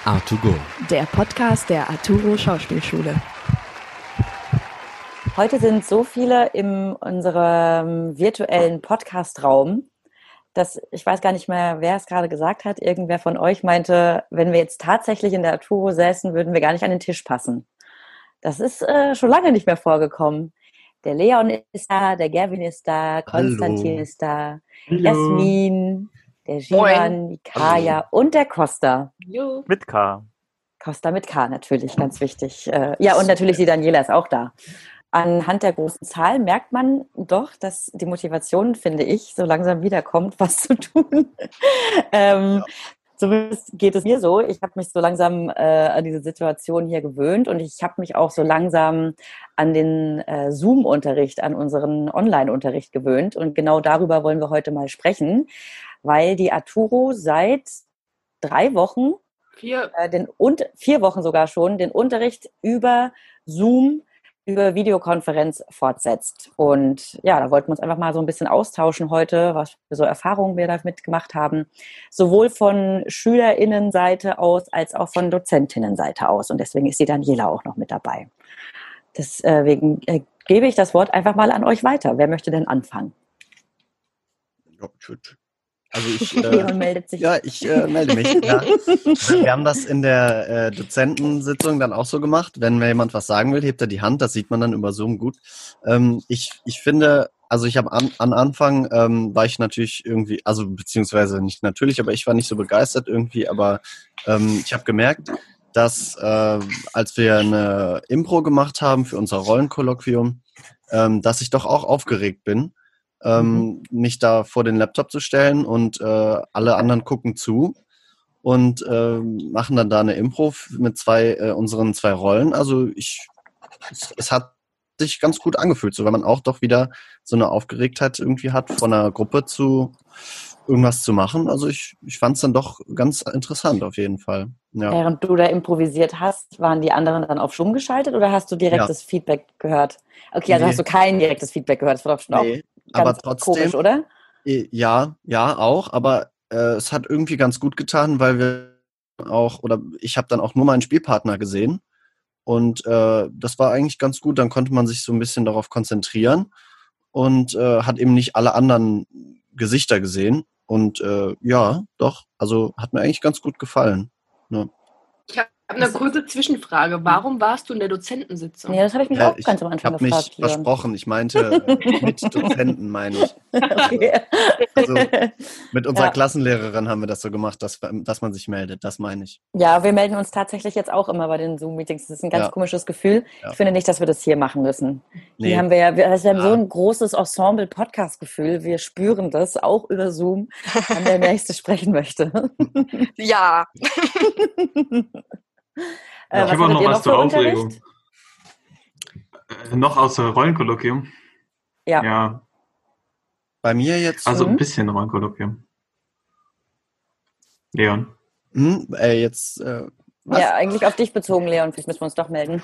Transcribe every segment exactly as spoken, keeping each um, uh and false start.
A to Go, der Podcast der Arturo Schauspielschule. Heute sind so viele in unserem virtuellen Podcast-Raum, dass ich weiß gar nicht mehr, wer es gerade gesagt hat. Irgendwer von euch meinte, wenn wir jetzt tatsächlich in der Arturo säßen, würden wir gar nicht an den Tisch passen. Das ist äh, schon lange nicht mehr vorgekommen. Der Leon ist da, der Gavin ist da, Konstantin Hallo. ist da, Hallo. Jasmin, der Jivan, die Kaya Hallo. und der Costa. Jo. Mit K. Costa mit K natürlich, ganz wichtig. Äh, ja, und natürlich die Daniela ist auch da. Anhand der großen Zahl merkt man doch, dass die Motivation, finde ich, so langsam wiederkommt, was zu tun. ähm, ja. Zumindest geht es mir so. Ich habe mich so langsam äh, an diese Situation hier gewöhnt und ich habe mich auch so langsam an den äh, Zoom-Unterricht, an unseren Online-Unterricht gewöhnt. Und genau darüber wollen wir heute mal sprechen, weil die Arturo seit drei Wochen, Vier. Äh, den, und vier Wochen sogar schon, den Unterricht über Zoom über Videokonferenz fortsetzt. Und ja, da wollten wir uns einfach mal so ein bisschen austauschen heute, was für so Erfahrungen wir damit gemacht haben. Sowohl von SchülerInnenseite aus, als auch von DozentInnenseite aus. Und deswegen ist die Daniela auch noch mit dabei. Deswegen äh, gebe ich das Wort einfach mal an euch weiter. Wer möchte denn anfangen? Ja, gut. Also ich, äh, Leon meldet sich. ja, ich äh, melde mich. Ja. Wir haben das in der äh, Dozentensitzung dann auch so gemacht. Wenn mir jemand was sagen will, hebt er die Hand. Das sieht man dann über Zoom gut. Ähm, ich, ich finde, also ich habe an, an Anfang ähm, war ich natürlich irgendwie, also beziehungsweise nicht natürlich, aber ich war nicht so begeistert irgendwie. Aber ähm, ich habe gemerkt, dass äh, als wir eine Impro gemacht haben für unser Rollenkolloquium, ähm, dass ich doch auch aufgeregt bin. Ähm, mhm. mich da vor den Laptop zu stellen und äh, alle anderen gucken zu und äh, machen dann da eine Impro mit zwei äh, unseren zwei Rollen. Also ich, es, es hat sich ganz gut angefühlt, so wenn man auch doch wieder so eine Aufgeregtheit irgendwie hat, von einer Gruppe zu irgendwas zu machen. Also ich, ich fand es dann doch ganz interessant auf jeden Fall. Ja. Während du da improvisiert hast, waren die anderen dann auf Stumm geschaltet oder hast du direktes ja. Feedback gehört? Okay, also nee. Hast du kein direktes Feedback gehört? Das war doch schon nee. auch ganz aber trotzdem, komisch, oder? Ja, ja, auch, aber äh, es hat irgendwie ganz gut getan, weil wir auch, oder ich habe dann auch nur meinen Spielpartner gesehen und äh, das war eigentlich ganz gut, dann konnte man sich so ein bisschen darauf konzentrieren und äh, hat eben nicht alle anderen Gesichter gesehen und äh, ja, doch, also hat mir eigentlich ganz gut gefallen. Ja. Ich habe eine kurze Zwischenfrage. Warum warst du in der Dozentensitzung? Ja, das habe ich mich ja, auch ich, ganz am Anfang gefragt. Ich habe mich Leon. versprochen. Ich meinte äh, mit Dozenten, meine ich. Okay. Also, mit unserer ja. Klassenlehrerin haben wir das so gemacht, dass, dass man sich meldet. Das meine ich. Ja, wir melden uns tatsächlich jetzt auch immer bei den Zoom-Meetings. Das ist ein ganz ja. komisches Gefühl. Ja. Ich finde nicht, dass wir das hier machen müssen. Nee. Hier haben wir ja, wir, also wir haben ja. so ein großes Ensemble-Podcast-Gefühl. Wir spüren das auch über Zoom, wenn der Nächste sprechen möchte. Ja. Ja, ich habe auch noch was zur Aufregung. Äh, noch außer Rollenkolloquium? Ja. ja. Bei mir jetzt? Also mhm. ein bisschen Rollenkolloquium. Leon? Hm, äh, jetzt, äh, was? Ja, eigentlich auf dich bezogen, Leon. Vielleicht müssen wir uns doch melden.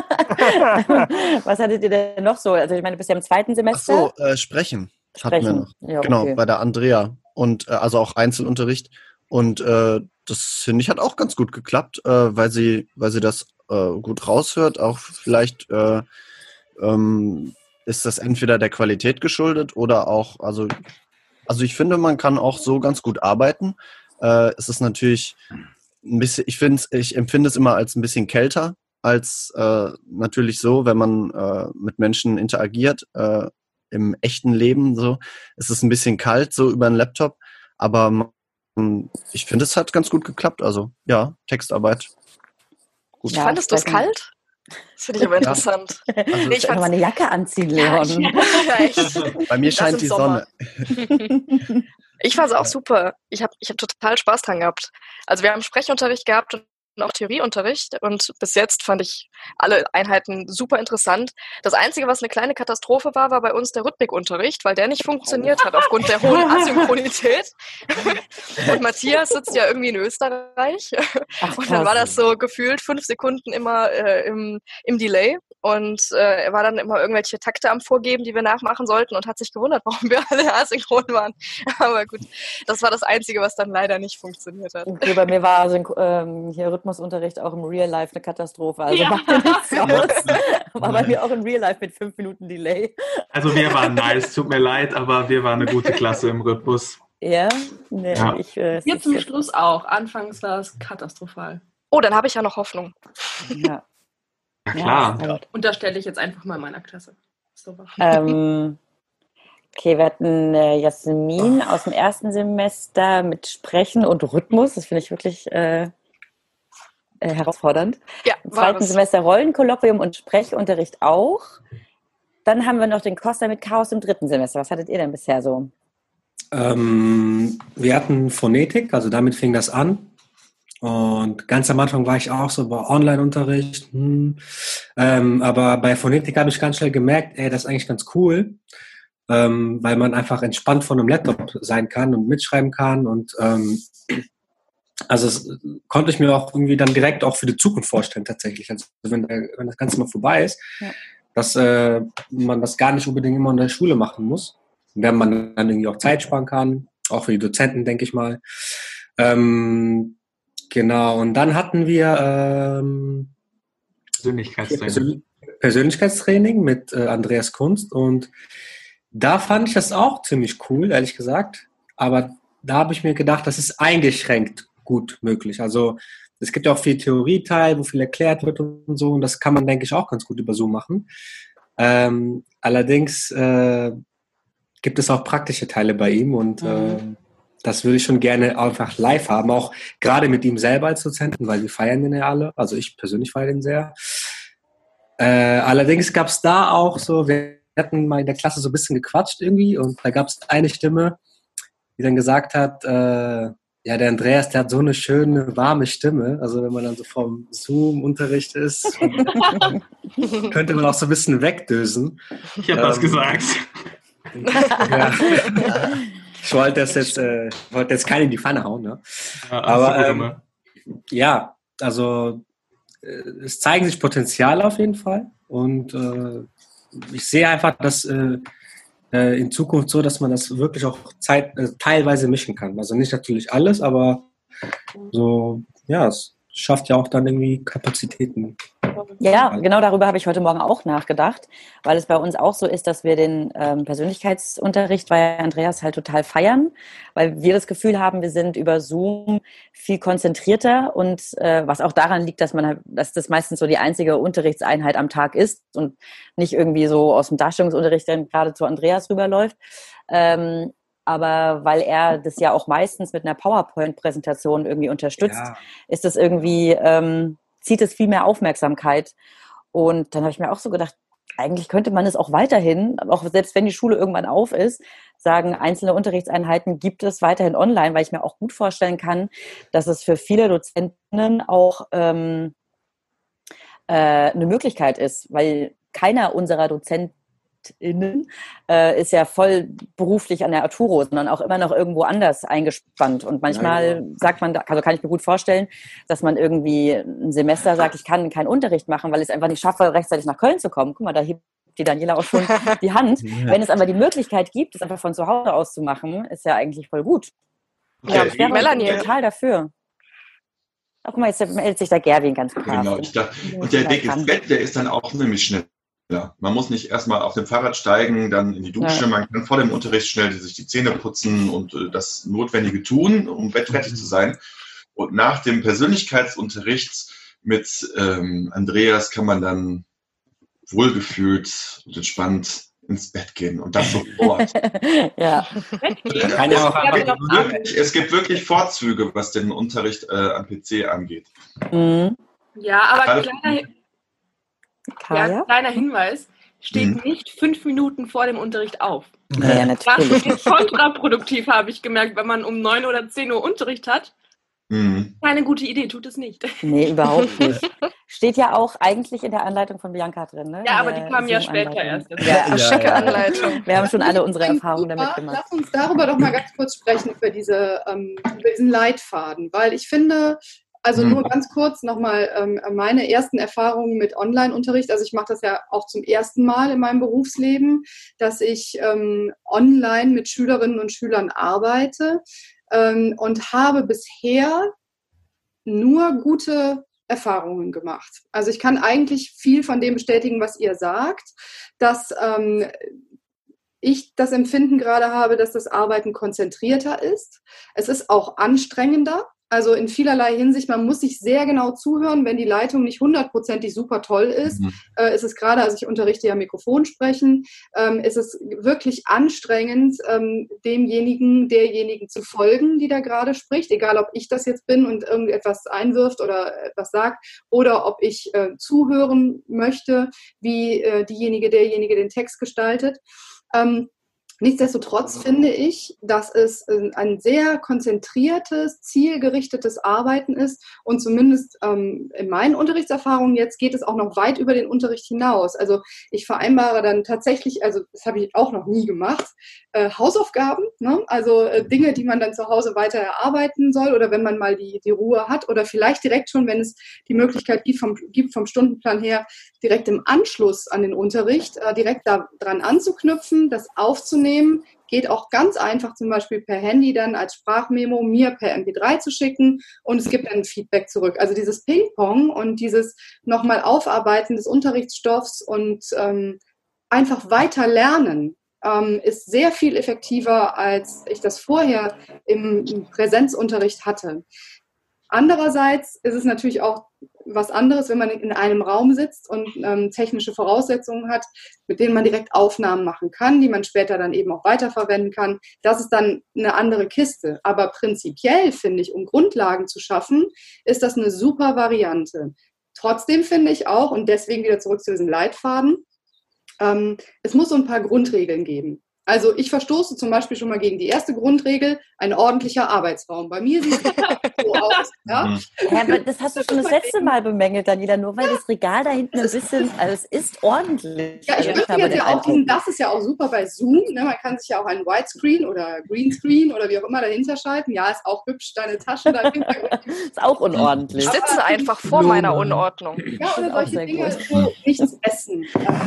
Was hattet ihr denn noch so? Also ich meine, du bist ja im zweiten Semester. Ach so, äh, Sprechen, Sprechen hatten wir noch. Ja, genau, okay. bei der Andrea. Und äh, also auch Einzelunterricht. Und äh, das, finde ich, hat auch ganz gut geklappt, äh, weil sie, weil sie das äh, gut raushört. Auch vielleicht äh, ähm, ist das entweder der Qualität geschuldet oder auch, also, also ich finde, man kann auch so ganz gut arbeiten. Äh, es ist natürlich ein bisschen, ich finde ich empfinde es immer als ein bisschen kälter als äh, natürlich so, wenn man äh, mit Menschen interagiert, äh, im echten Leben so. Es ist ein bisschen kalt, so über einen Laptop, aber man, ich finde, es hat ganz gut geklappt. Also, ja, Textarbeit. Gut. Ja, fandest du es kalt? Das finde ich aber interessant. Ja. Also, ich kann mal eine Jacke anziehen, Leon. Ja, echt. Bei mir scheint die Sommer. Sonne. Ich fand es auch super. Ich habe ich hab total Spaß dran gehabt. Also wir haben Sprechunterricht gehabt und auch Theorieunterricht und bis jetzt fand ich alle Einheiten super interessant. Das Einzige, was eine kleine Katastrophe war, war bei uns der Rhythmikunterricht, weil der nicht funktioniert hat aufgrund der hohen Asynchronität. Und Matthias sitzt ja irgendwie in Österreich. Ach, und dann war das so gefühlt fünf Sekunden immer äh, im, im Delay. und äh, er war dann immer irgendwelche Takte am Vorgeben, die wir nachmachen sollten und hat sich gewundert, warum wir alle asynchron waren. Aber gut, das war das Einzige, was dann leider nicht funktioniert hat. Okay, bei mir war Synch- ähm, hier Rhythmusunterricht auch im Real Life eine Katastrophe. Also Ja. macht mir nichts aus. War bei mir auch im Real Life mit fünf Minuten Delay. Also wir waren nice, tut mir leid, aber wir waren eine gute Klasse im Rhythmus. Ja, nee, Ja. ich... Äh, Hier zum Schluss auch. Anfangs war es katastrophal. Oh, dann habe ich ja noch Hoffnung. Ja. Ja klar. Ja, Unterstelle ich jetzt einfach mal meiner Klasse. So war. Ähm, okay, wir hatten äh, Jasmin aus dem ersten Semester mit Sprechen und Rhythmus. Das finde ich wirklich äh, äh, herausfordernd. Ja, Im war zweiten es. Semester Rollenkolloquium und Sprechunterricht auch. Dann haben wir noch den Costa mit Chaos im dritten Semester. Was hattet ihr denn bisher so? Ähm, wir hatten Phonetik, also damit fing das an. Und ganz am Anfang war ich auch so bei Online-Unterricht. Hm. Ähm, aber bei Phonetik habe ich ganz schnell gemerkt, ey, das ist eigentlich ganz cool, ähm, weil man einfach entspannt vor einem Laptop sein kann und mitschreiben kann. Und ähm, also das konnte ich mir auch irgendwie dann direkt auch für die Zukunft vorstellen tatsächlich. Also wenn, wenn das Ganze mal vorbei ist, Ja. dass äh, man das gar nicht unbedingt immer in der Schule machen muss. Wenn man dann irgendwie auch Zeit sparen kann, auch für die Dozenten, denke ich mal. Ähm, Genau, und dann hatten wir ähm, Persönlichkeitstraining. Persön Persönlichkeitstraining mit äh, Andreas Kunst und da fand ich das auch ziemlich cool, ehrlich gesagt. Aber da habe ich mir gedacht, das ist eingeschränkt gut möglich. Also es gibt ja auch viel Theorieteil, wo viel erklärt wird und so und das kann man, denke ich, auch ganz gut über Zoom machen. Ähm, allerdings äh, gibt es auch praktische Teile bei ihm und Mhm. äh, das würde ich schon gerne einfach live haben, auch gerade mit ihm selber als Dozenten, weil wir feiern den ja alle. Also ich persönlich feiere den sehr. Äh, allerdings gab es da auch so, wir hatten mal in der Klasse so ein bisschen gequatscht irgendwie und da gab es eine Stimme, die dann gesagt hat, äh, ja, der Andreas, der hat so eine schöne, warme Stimme. Also wenn man dann so vom Zoom-Unterricht ist, könnte man auch so ein bisschen wegdösen. Ich habe das Ähm, gesagt. Ja. Ich wollte das jetzt, äh, wollte jetzt keinen in die Pfanne hauen, ne? Ja, Aber absolut, ähm, Junge. ja, also äh, es zeigen sich Potenziale auf jeden Fall und äh, ich sehe einfach, dass äh, äh, in Zukunft so, dass man das wirklich auch Zeit, äh, teilweise mischen kann. Also nicht natürlich alles, aber so, ja, es schafft ja auch dann irgendwie Kapazitäten. Ja, genau darüber habe ich heute Morgen auch nachgedacht, weil es bei uns auch so ist, dass wir den ähm, Persönlichkeitsunterricht bei Andreas halt total feiern, weil wir das Gefühl haben, wir sind über Zoom viel konzentrierter und äh, was auch daran liegt, dass man halt, dass das meistens so die einzige Unterrichtseinheit am Tag ist und nicht irgendwie so aus dem Darstellungsunterricht dann gerade zu Andreas rüberläuft. Ähm, aber weil er das ja auch meistens mit einer PowerPoint-Präsentation irgendwie unterstützt, Ja. ist das irgendwie, ähm, zieht es viel mehr Aufmerksamkeit. Und dann habe ich mir auch so gedacht, eigentlich könnte man es auch weiterhin, auch selbst wenn die Schule irgendwann auf ist, sagen, einzelne Unterrichtseinheiten gibt es weiterhin online, weil ich mir auch gut vorstellen kann, dass es für viele Dozentinnen auch ähm, äh, eine Möglichkeit ist, weil keiner unserer Dozenten Innen, äh, ist ja voll beruflich an der Arturo, sondern auch immer noch irgendwo anders eingespannt. Und manchmal Ja, genau. sagt man, also kann ich mir gut vorstellen, dass man irgendwie ein Semester sagt, ich kann keinen Unterricht machen, weil ich es einfach nicht schaffe, rechtzeitig nach Köln zu kommen. Guck mal, da hebt die Daniela auch schon die Hand. Ja. Wenn es aber die Möglichkeit gibt, es einfach von zu Hause aus zu machen, ist ja eigentlich voll gut. Ja, ich wäre Melanie. total dafür. Ach, guck mal, jetzt meldet sich der Gerwin ganz brav. Genau, ich dachte, und der Weg ins Bett, der ist dann auch nämlich schneller. Man muss nicht erstmal auf dem Fahrrad steigen, dann in die Dusche. Ja. Man kann vor dem Unterricht schnell sich die Zähne putzen und äh, das Notwendige tun, um bettfertig zu sein. Und nach dem Persönlichkeitsunterricht mit ähm, Andreas kann man dann wohlgefühlt und entspannt ins Bett gehen und das sofort. Ja. Kann ja auch Ja, es, genau. gibt wirklich, es gibt wirklich Vorzüge, was den Unterricht äh, am P C angeht. Mhm. Ja, aber Gerade- kleiner, ja, Kaya? kleiner Hinweis, steht Mhm. nicht fünf Minuten vor dem Unterricht auf. Ja, Das natürlich. ist kontraproduktiv, habe ich gemerkt, wenn man um neun oder zehn Uhr Unterricht hat. Mhm. Keine gute Idee, tut es nicht. Nee, überhaupt nicht. Steht ja auch eigentlich in der Anleitung von Bianca drin, ne? Ja, In aber der die kam ja später Zoom-Anleitung. erst. Ja, Ja, Schicke ja. Anleitung. wir haben schon alle unsere Klingt Erfahrungen super. damit gemacht. Lass uns darüber doch mal ganz kurz sprechen, über, diese, ähm, über diesen Leitfaden. Weil ich finde, Also Hm. nur ganz kurz nochmal ähm, meine ersten Erfahrungen mit Online-Unterricht. Also ich mache das ja auch zum ersten Mal in meinem Berufsleben, dass ich ähm, online mit Schülerinnen und Schülern arbeite ähm, und habe bisher nur gute Erfahrungen gemacht. Also ich kann eigentlich viel von dem bestätigen, was ihr sagt, dass ähm, ich das Empfinden gerade habe, dass das Arbeiten konzentrierter ist. Es ist auch anstrengender. Also in vielerlei Hinsicht, man muss sich sehr genau zuhören, wenn die Leitung nicht hundertprozentig super toll ist. Mhm. Äh, ist es gerade, also ich unterrichte ja Mikrofon sprechen, ähm, ist es wirklich anstrengend, ähm, demjenigen, derjenigen zu folgen, die da gerade spricht, egal ob ich das jetzt bin und irgendetwas einwirft oder etwas sagt oder ob ich äh, zuhören möchte, wie äh, diejenige, derjenige den Text gestaltet. Ähm, Nichtsdestotrotz finde ich, dass es ein sehr konzentriertes, zielgerichtetes Arbeiten ist und zumindest ähm, in meinen Unterrichtserfahrungen jetzt geht es auch noch weit über den Unterricht hinaus. Also ich vereinbare dann tatsächlich, also das habe ich auch noch nie gemacht, äh, Hausaufgaben, ne? Also äh, Dinge, die man dann zu Hause weiter erarbeiten soll oder wenn man mal die, die Ruhe hat oder vielleicht direkt schon, wenn es die Möglichkeit gibt vom, gibt vom Stundenplan her, direkt im Anschluss an den Unterricht, äh, direkt da dran anzuknüpfen, das aufzunehmen. Geht auch ganz einfach zum Beispiel per Handy dann als Sprachmemo mir per M P drei zu schicken und es gibt dann Feedback zurück. Also dieses Ping-Pong und dieses nochmal Aufarbeiten des Unterrichtsstoffs und ähm, einfach weiter lernen ähm, ist sehr viel effektiver, als ich das vorher im, im Präsenzunterricht hatte. Andererseits ist es natürlich auch was anderes, wenn man in einem Raum sitzt und ähm, technische Voraussetzungen hat, mit denen man direkt Aufnahmen machen kann, die man später dann eben auch weiterverwenden kann. Das ist dann eine andere Kiste. Aber prinzipiell finde ich, um Grundlagen zu schaffen, ist das eine super Variante. Trotzdem finde ich auch, und deswegen wieder zurück zu diesem Leitfaden, ähm, es muss so ein paar Grundregeln geben. Also ich verstoße zum Beispiel schon mal gegen die erste Grundregel, ein ordentlicher Arbeitsraum. Bei mir sieht es so aus. Ja? Ja, aber das hast du schon das letzte Mal bemängelt, Daniela, nur weil das Regal da hinten ein bisschen, also es ist ordentlich. Ja, ich also würde jetzt ja auch diesen, das ist ja auch super bei Zoom, ne? Man kann sich ja auch einen Widescreen oder Greenscreen oder wie auch immer dahinter schalten. Ja, ist auch hübsch, deine Tasche da im Hintergrund. Ist auch unordentlich. Ich sitze einfach vor meiner Unordnung. Ja, oder auch solche sehr Dinge, gut. so nichts essen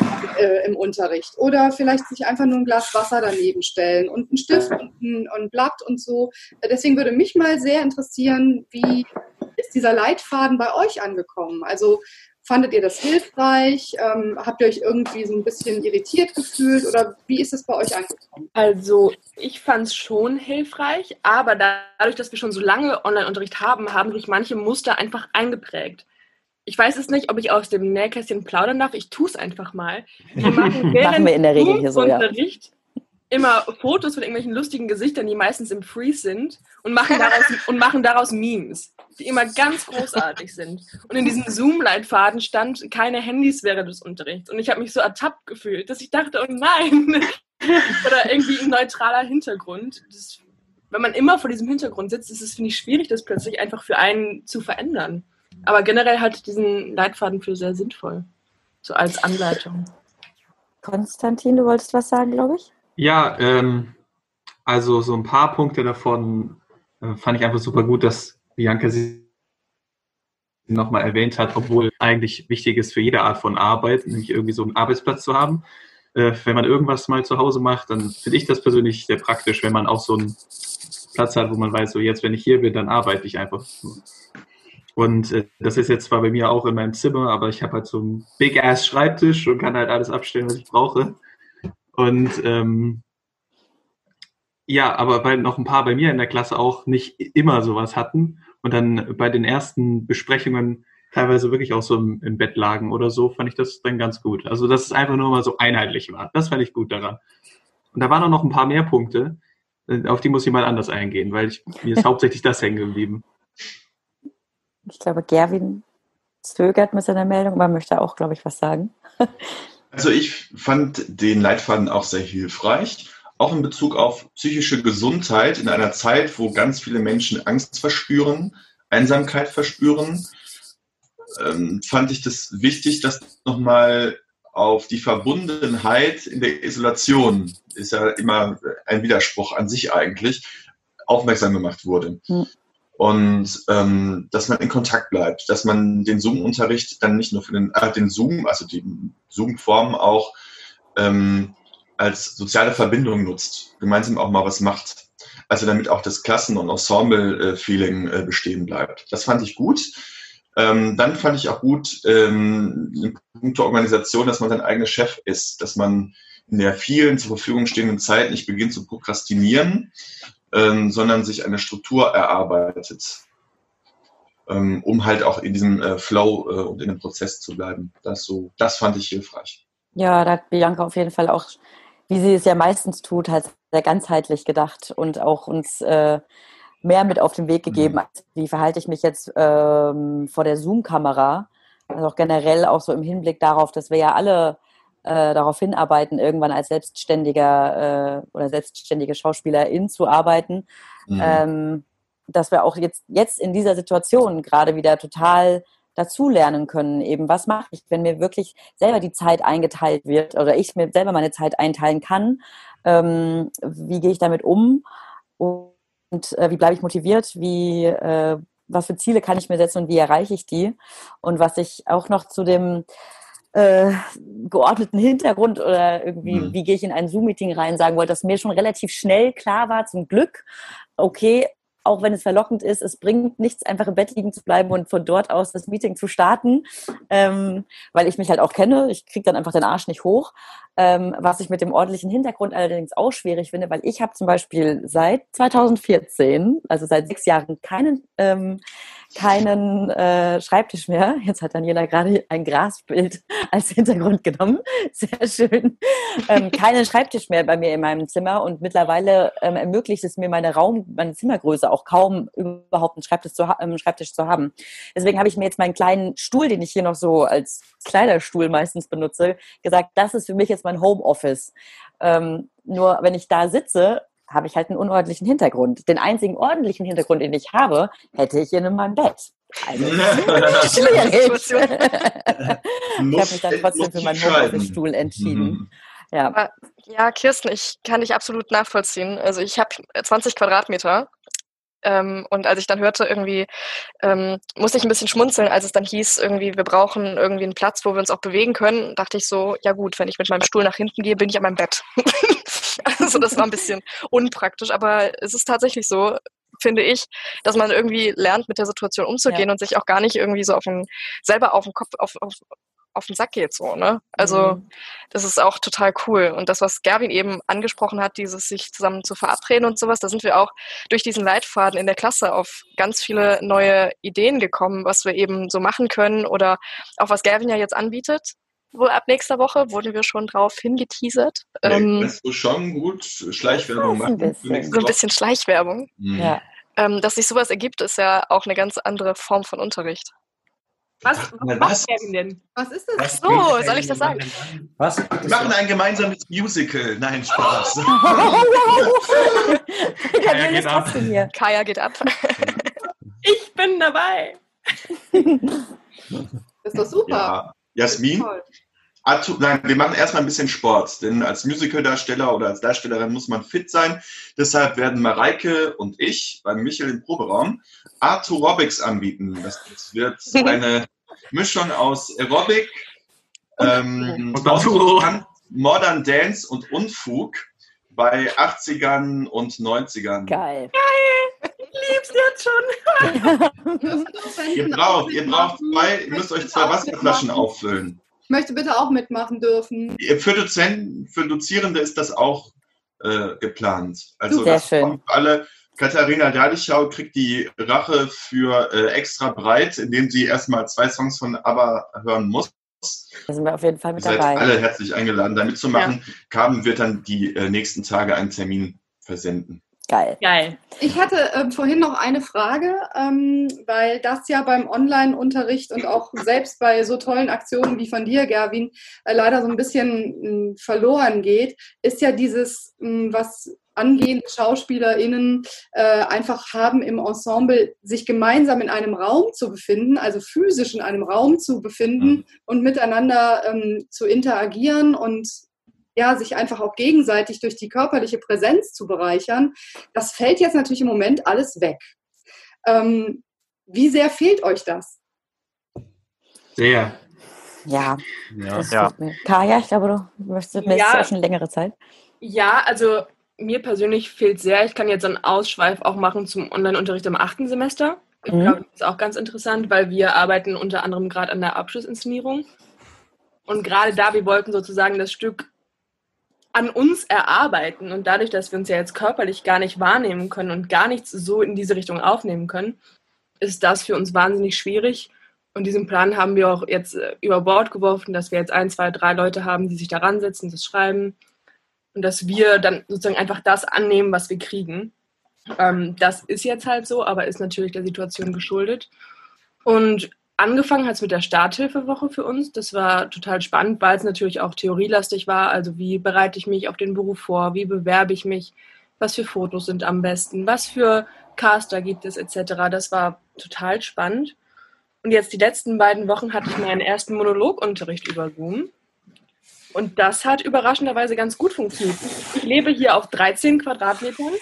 äh, im Unterricht. Oder vielleicht sich einfach nur ein Glas Wasser daneben stellen und einen Stift und ein, und ein Blatt und so. Deswegen würde mich mal sehr interessieren, wie ist dieser Leitfaden bei euch angekommen? Also fandet ihr das hilfreich? Ähm, habt ihr euch irgendwie so ein bisschen irritiert gefühlt oder wie ist es bei euch angekommen? Also ich fand es schon hilfreich, aber dadurch, dass wir schon so lange Online-Unterricht haben, haben sich manche Muster einfach eingeprägt. Ich weiß es nicht, ob ich aus dem Nähkästchen plaudern darf. Ich tue es einfach mal. Wir machen, Machen wir in der Regel hier so, ja. Unterricht immer Fotos von irgendwelchen lustigen Gesichtern, die meistens im Freeze sind und machen daraus, und machen daraus Memes, die immer ganz großartig sind. Und in diesem Zoom-Leitfaden stand, keine Handys während des Unterrichts. Und ich habe mich so ertappt gefühlt, dass ich dachte, oh nein. Oder irgendwie ein neutraler Hintergrund. Das, wenn man immer vor diesem Hintergrund sitzt, ist es, finde ich, schwierig, das plötzlich einfach für einen zu verändern. Aber generell halte ich diesen Leitfaden für sehr sinnvoll. So als Anleitung. Konstantin, du wolltest was sagen, glaube ich? Ja, ähm, also so ein paar Punkte davon äh, fand ich einfach super gut, dass Bianca sie nochmal erwähnt hat, obwohl eigentlich wichtig ist für jede Art von Arbeit, nämlich irgendwie so einen Arbeitsplatz zu haben. Äh, wenn man irgendwas mal zu Hause macht, dann finde ich das persönlich sehr praktisch, wenn man auch so einen Platz hat, wo man weiß, so jetzt, wenn ich hier bin, dann arbeite ich einfach. Und äh, das ist jetzt zwar bei mir auch in meinem Zimmer, aber ich habe halt so einen Big-Ass-Schreibtisch und kann halt alles abstellen, was ich brauche. Und ähm, ja, aber weil noch ein paar bei mir in der Klasse auch nicht immer sowas hatten und dann bei den ersten Besprechungen teilweise wirklich auch so im, im Bett lagen oder so, fand ich das dann ganz gut. Also, dass es einfach nur mal so einheitlich war. Das fand ich gut daran. Und da waren auch noch ein paar mehr Punkte, auf die muss ich mal anders eingehen, weil ich, mir ist hauptsächlich das hängen geblieben. Ich glaube, Gerwin zögert mit seiner Meldung, aber möchte auch, glaube ich, was sagen. Also ich fand den Leitfaden auch sehr hilfreich, auch in Bezug auf psychische Gesundheit in einer Zeit, wo ganz viele Menschen Angst verspüren, Einsamkeit verspüren, ähm, fand ich das wichtig, dass nochmal auf die Verbundenheit in der Isolation, ist ja immer ein Widerspruch an sich eigentlich, aufmerksam gemacht wurde. Hm. Und ähm, dass man in Kontakt bleibt, dass man den Zoom-Unterricht dann nicht nur für den, äh, den Zoom, also die Zoom-Form auch ähm, als soziale Verbindung nutzt, gemeinsam auch mal was macht. Also damit auch das Klassen- und Ensemble-Feeling äh, bestehen bleibt. Das fand ich gut. Ähm, dann fand ich auch gut ähm, in puncto Organisation, dass man sein eigener Chef ist, dass man in der vielen zur Verfügung stehenden Zeit nicht beginnt zu prokrastinieren, ähm, sondern sich eine Struktur erarbeitet, ähm, um halt auch in diesem äh, Flow äh, und in dem Prozess zu bleiben. Das, so, das fand ich hilfreich. Ja, da hat Bianca auf jeden Fall auch, wie sie es ja meistens tut, halt sehr ganzheitlich gedacht und auch uns äh, mehr mit auf den Weg gegeben, als wie verhalte ich mich jetzt ähm, vor der Zoom-Kamera. Also auch generell auch so im Hinblick darauf, dass wir ja alle äh, darauf hinarbeiten, irgendwann als selbstständiger äh, oder selbstständige Schauspielerin zu arbeiten, Mhm. ähm, dass wir auch jetzt, jetzt in dieser Situation gerade wieder total dazulernen können, eben was mache ich, wenn mir wirklich selber die Zeit eingeteilt wird oder ich mir selber meine Zeit einteilen kann, ähm, wie gehe ich damit um und äh, wie bleibe ich motiviert, wie, äh, was für Ziele kann ich mir setzen und wie erreiche ich die, und was ich auch noch zu dem äh, geordneten Hintergrund oder irgendwie, Mhm. wie gehe ich in ein Zoom-Meeting rein, sagen wollte, dass mir schon relativ schnell klar war, zum Glück, okay, auch wenn es verlockend ist, es bringt nichts, einfach im Bett liegen zu bleiben und von dort aus das Meeting zu starten, ähm, weil ich mich halt auch kenne. Ich kriege dann einfach den Arsch nicht hoch. Ähm, was ich mit dem ordentlichen Hintergrund allerdings auch schwierig finde, weil ich habe zum Beispiel seit zwanzig vierzehn, also seit sechs Jahren, keinen, ähm, keinen äh, Schreibtisch mehr. Jetzt hat Daniela gerade ein Grasbild als Hintergrund genommen. Sehr schön. Ähm, keinen Schreibtisch mehr bei mir in meinem Zimmer, und mittlerweile ähm, ermöglicht es mir meine Raum, meine Zimmergröße auch kaum, überhaupt einen Schreibtisch zu, ha- einen Schreibtisch zu haben. Deswegen habe ich mir jetzt meinen kleinen Stuhl, den ich hier noch so als Kleiderstuhl meistens benutze, gesagt, das ist für mich jetzt mein Homeoffice. Ähm, nur wenn ich da sitze, habe ich halt einen unordentlichen Hintergrund. Den einzigen ordentlichen Hintergrund, den ich habe, hätte ich in meinem Bett. Also schwierig. Ich habe mich dann trotzdem für meinen Homeoffice-Stuhl entschieden. Mhm. Ja. Aber, ja, Kirsten, ich kann dich absolut nachvollziehen. Also ich habe zwanzig Quadratmeter. Ähm, und als ich dann hörte, irgendwie ähm, musste ich ein bisschen schmunzeln, als es dann hieß, irgendwie, wir brauchen irgendwie einen Platz, wo wir uns auch bewegen können, dachte ich so, ja gut, wenn ich mit meinem Stuhl nach hinten gehe, bin ich an meinem Bett. Also das war ein bisschen unpraktisch, aber es ist tatsächlich so, finde ich, dass man irgendwie lernt, mit der Situation umzugehen, Ja. und sich auch gar nicht irgendwie so auf den, selber auf den Kopf, auf, auf, auf den Sack geht, so, ne? Also Mhm. das ist auch total cool. Und das, was Gerwin eben angesprochen hat, dieses sich zusammen zu verabreden und sowas, da sind wir auch durch diesen Leitfaden in der Klasse auf ganz viele neue Ideen gekommen, was wir eben so machen können, oder auch was Gerwin ja jetzt anbietet. Wohl ab nächster Woche wurden wir schon drauf hingeteasert. Nee, Ähm, kannst du schon gut Schleichwerbung Das ist ein machen. für bisschen. nächste so ein Woche. bisschen Schleichwerbung. Mhm. Ja. Ähm, dass sich sowas ergibt, ist ja auch eine ganz andere Form von Unterricht. Was, Ach, was was? macht Kevin denn? Was ist das? Was So, bietet soll er ich das den sagen? Leuten an? Was? Wir machen ein gemeinsames Musical. Nein, Spaß. Daniela geht ist ab. trotzdem hier. Kaya geht ab. Ich bin dabei. Das ist doch super. Ja. Jasmin? Toll. Arthur, nein, wir machen erstmal ein bisschen Sport, denn als Musicaldarsteller oder als Darstellerin muss man fit sein. Deshalb werden Mareike und ich beim Michel im Proberaum Arthur Aerobics anbieten. Das wird eine Mischung aus Aerobic, ähm, Und Arturo. Modern Dance und Unfug bei achtzigern und neunzigern. Geil. Ich lieb's jetzt schon. Ihr braucht, ihr braucht zwei, ihr müsst euch zwei Wasserflaschen auffüllen. Ich möchte bitte auch mitmachen dürfen. Für Dozenten, für Dozierende ist das auch äh, geplant. Also Sehr das schön. kommt für alle. Katharina Derlichau kriegt die Rache für äh, extra breit, indem sie erstmal zwei Songs von ABBA hören muss. Da sind wir auf jeden Fall Ihr mit seid dabei. alle herzlich eingeladen, da mitzumachen. Carmen wird dann die äh, nächsten Tage einen Termin versenden. Geil. Geil. Ich hatte ähm, vorhin noch eine Frage, ähm, weil das ja beim Online-Unterricht und auch selbst bei so tollen Aktionen wie von dir, Gerwin, äh, leider so ein bisschen mh, verloren geht, ist ja dieses, mh, was angehende SchauspielerInnen äh, einfach haben im Ensemble, sich gemeinsam in einem Raum zu befinden, also physisch in einem Raum zu befinden Mhm. und miteinander ähm, zu interagieren und ja, sich einfach auch gegenseitig durch die körperliche Präsenz zu bereichern. Das fällt jetzt natürlich im Moment alles weg. Ähm, wie sehr fehlt euch das? Sehr. Ja, Ja. das Ja. tut mir. Kaya, ich glaube, du möchtest mir Ja. ja schon längere Zeit. Ja, also mir persönlich fehlt sehr. Ich kann jetzt einen Ausschweif auch machen zum Online-Unterricht im achten Semester. Ich Mhm. glaube, das ist auch ganz interessant, weil wir arbeiten unter anderem gerade an der Abschlussinszenierung. Und gerade da, wir wollten sozusagen das Stück an uns erarbeiten. Und dadurch, dass wir uns ja jetzt körperlich gar nicht wahrnehmen können und gar nichts so in diese Richtung aufnehmen können, ist das für uns wahnsinnig schwierig. Und diesen Plan haben wir auch jetzt äh, über Bord geworfen, dass wir jetzt ein, zwei, drei Leute haben, die sich da ransetzen, das schreiben. Und dass wir dann sozusagen einfach das annehmen, was wir kriegen. Ähm, das ist jetzt halt so, aber ist natürlich der Situation geschuldet. Und angefangen hat es mit der Starthilfewoche für uns. Das war total spannend, weil es natürlich auch theorielastig war. Also wie bereite ich mich auf den Beruf vor? Wie bewerbe ich mich? Was für Fotos sind am besten? Was für Caster gibt es et cetera. Das war total spannend. Und jetzt die letzten beiden Wochen hatte ich meinen ersten Monologunterricht über Zoom. Und das hat überraschenderweise ganz gut funktioniert. Ich lebe hier auf dreizehn Quadratmetern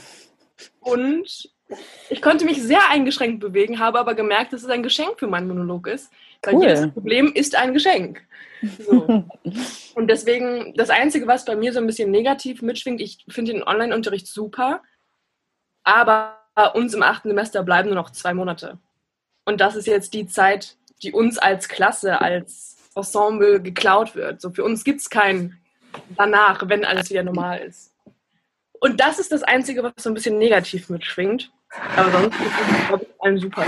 und ich konnte mich sehr eingeschränkt bewegen, habe aber gemerkt, dass es ein Geschenk für meinen Monolog ist. Weil Cool. jedes Problem ist ein Geschenk. So. Und deswegen, das Einzige, was bei mir so ein bisschen negativ mitschwingt, ich finde den Online-Unterricht super, aber uns im achten Semester bleiben nur noch zwei Monate. Und das ist jetzt die Zeit, die uns als Klasse, als Ensemble geklaut wird. So, für uns gibt es kein danach, wenn alles wieder normal ist. Und das ist das Einzige, was so ein bisschen negativ mitschwingt. Aber sonst ist es, glaube ich, allen super.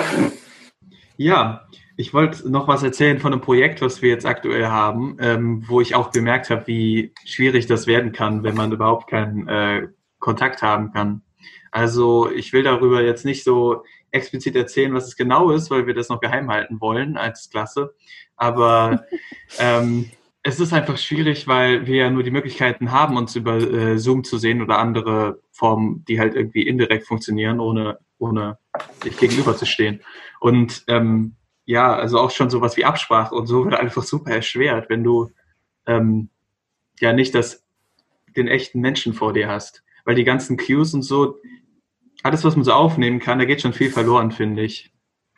Ja, ich wollte noch was erzählen von einem Projekt, was wir jetzt aktuell haben, ähm, wo ich auch gemerkt habe, wie schwierig das werden kann, wenn man überhaupt keinen äh, Kontakt haben kann. Also ich will darüber jetzt nicht so explizit erzählen, was es genau ist, weil wir das noch geheim halten wollen als Klasse. Aber ähm, es ist einfach schwierig, weil wir ja nur die Möglichkeiten haben, uns über äh, Zoom zu sehen oder andere Formen, die halt irgendwie indirekt funktionieren, ohne, ohne sich gegenüber zu stehen. Und ähm, ja, also auch schon sowas wie Absprache und so wird einfach super erschwert, wenn du ähm, ja nicht das, den echten Menschen vor dir hast. Weil die ganzen Cues und so, alles, was man so aufnehmen kann, da geht schon viel verloren, finde ich.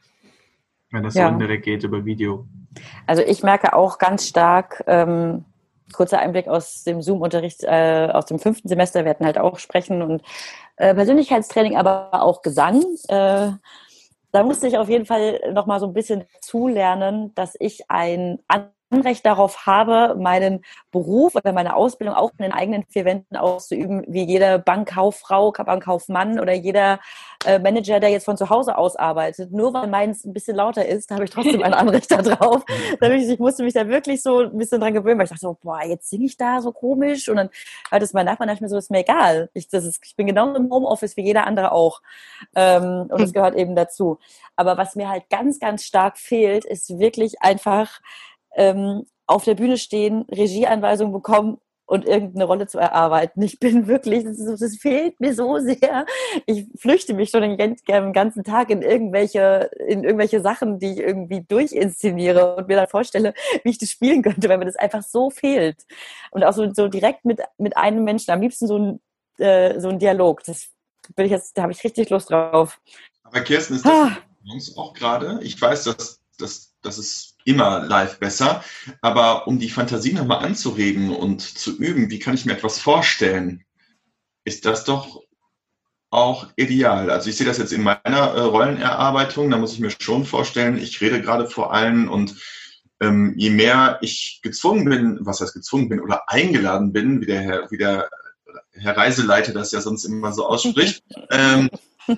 Wenn das Ja. so indirekt geht über Video. Also ich merke auch ganz stark, ähm, kurzer Einblick aus dem Zoom-Unterricht äh, aus dem fünften Semester, wir hatten halt auch Sprechen und äh, Persönlichkeitstraining, aber auch Gesang. Äh, da musste ich auf jeden Fall nochmal so ein bisschen zulernen, dass ich ein Anrecht darauf habe, meinen Beruf oder meine Ausbildung auch in den eigenen vier Wänden auszuüben, wie jede Bankkauffrau, Bankkaufmann oder jeder äh, Manager, der jetzt von zu Hause aus arbeitet. Nur weil meins ein bisschen lauter ist, habe ich trotzdem ein Anrecht darauf. Ich musste mich da wirklich so ein bisschen dran gewöhnen, weil ich dachte so, boah, jetzt singe ich da so komisch. Und dann hört es mein Nachbar, dachte ich mir so, ist mir egal. Ich, das ist, ich bin genauso im Homeoffice wie jeder andere auch. Ähm, und das gehört eben dazu. Aber was mir halt ganz, ganz stark fehlt, ist wirklich einfach ähm, auf der Bühne stehen, Regieanweisungen bekommen und irgendeine Rolle zu erarbeiten. Ich bin wirklich, das, ist, das fehlt mir so sehr. Ich flüchte mich schon den ganzen Tag in irgendwelche, in irgendwelche Sachen, die ich irgendwie durchinszeniere und mir dann vorstelle, wie ich das spielen könnte, weil mir das einfach so fehlt. Und auch so, so direkt mit, mit einem Menschen, am liebsten so ein, äh, so ein Dialog. Das will ich jetzt, da habe ich richtig Lust drauf. Aber Kirsten, ist das ah. für uns auch gerade? Ich weiß, dass, dass, das ist immer live besser, aber um die Fantasie nochmal anzuregen und zu üben, wie kann ich mir etwas vorstellen, ist das doch auch ideal. Also ich sehe das jetzt in meiner äh, Rollenerarbeitung, da muss ich mir schon vorstellen, ich rede gerade vor allen und ähm, je mehr ich gezwungen bin, was heißt gezwungen bin, oder eingeladen bin, wie der Herr, wie der Herr Reiseleiter das ja sonst immer so ausspricht, ähm,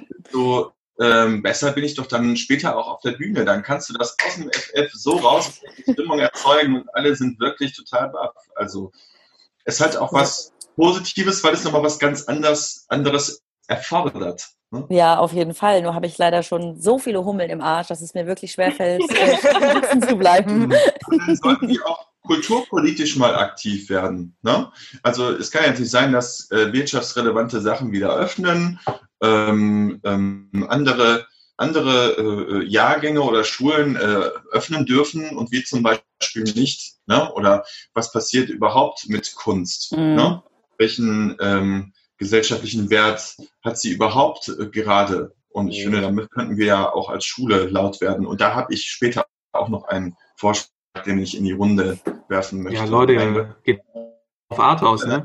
so ähm, besser bin ich doch dann später auch auf der Bühne. Dann kannst du das aus dem F F so raus, die Stimmung erzeugen und alle sind wirklich total baff. Also es hat auch was Positives, weil es nochmal was ganz anders, anderes erfordert. Ne? Ja, auf jeden Fall. Nur habe ich leider schon so viele Hummeln im Arsch, dass es mir wirklich schwerfällt, sitzen zu bleiben. Dann sollten die auch kulturpolitisch mal aktiv werden. Ne? Also es kann ja nicht sein, dass äh, wirtschaftsrelevante Sachen wieder öffnen, ähm, ähm, andere, andere äh, Jahrgänge oder Schulen äh, öffnen dürfen und wir zum Beispiel nicht. Ne? Oder was passiert überhaupt mit Kunst? Mhm. Ne? Welchen ähm, gesellschaftlichen Wert hat sie überhaupt äh, gerade? Und ich finde, damit könnten wir ja auch als Schule laut werden. Und da habe ich später auch noch einen Vorschlag, den ich in die Runde werfen möchte. Ja, Leute, geht auf Arthouse, ne?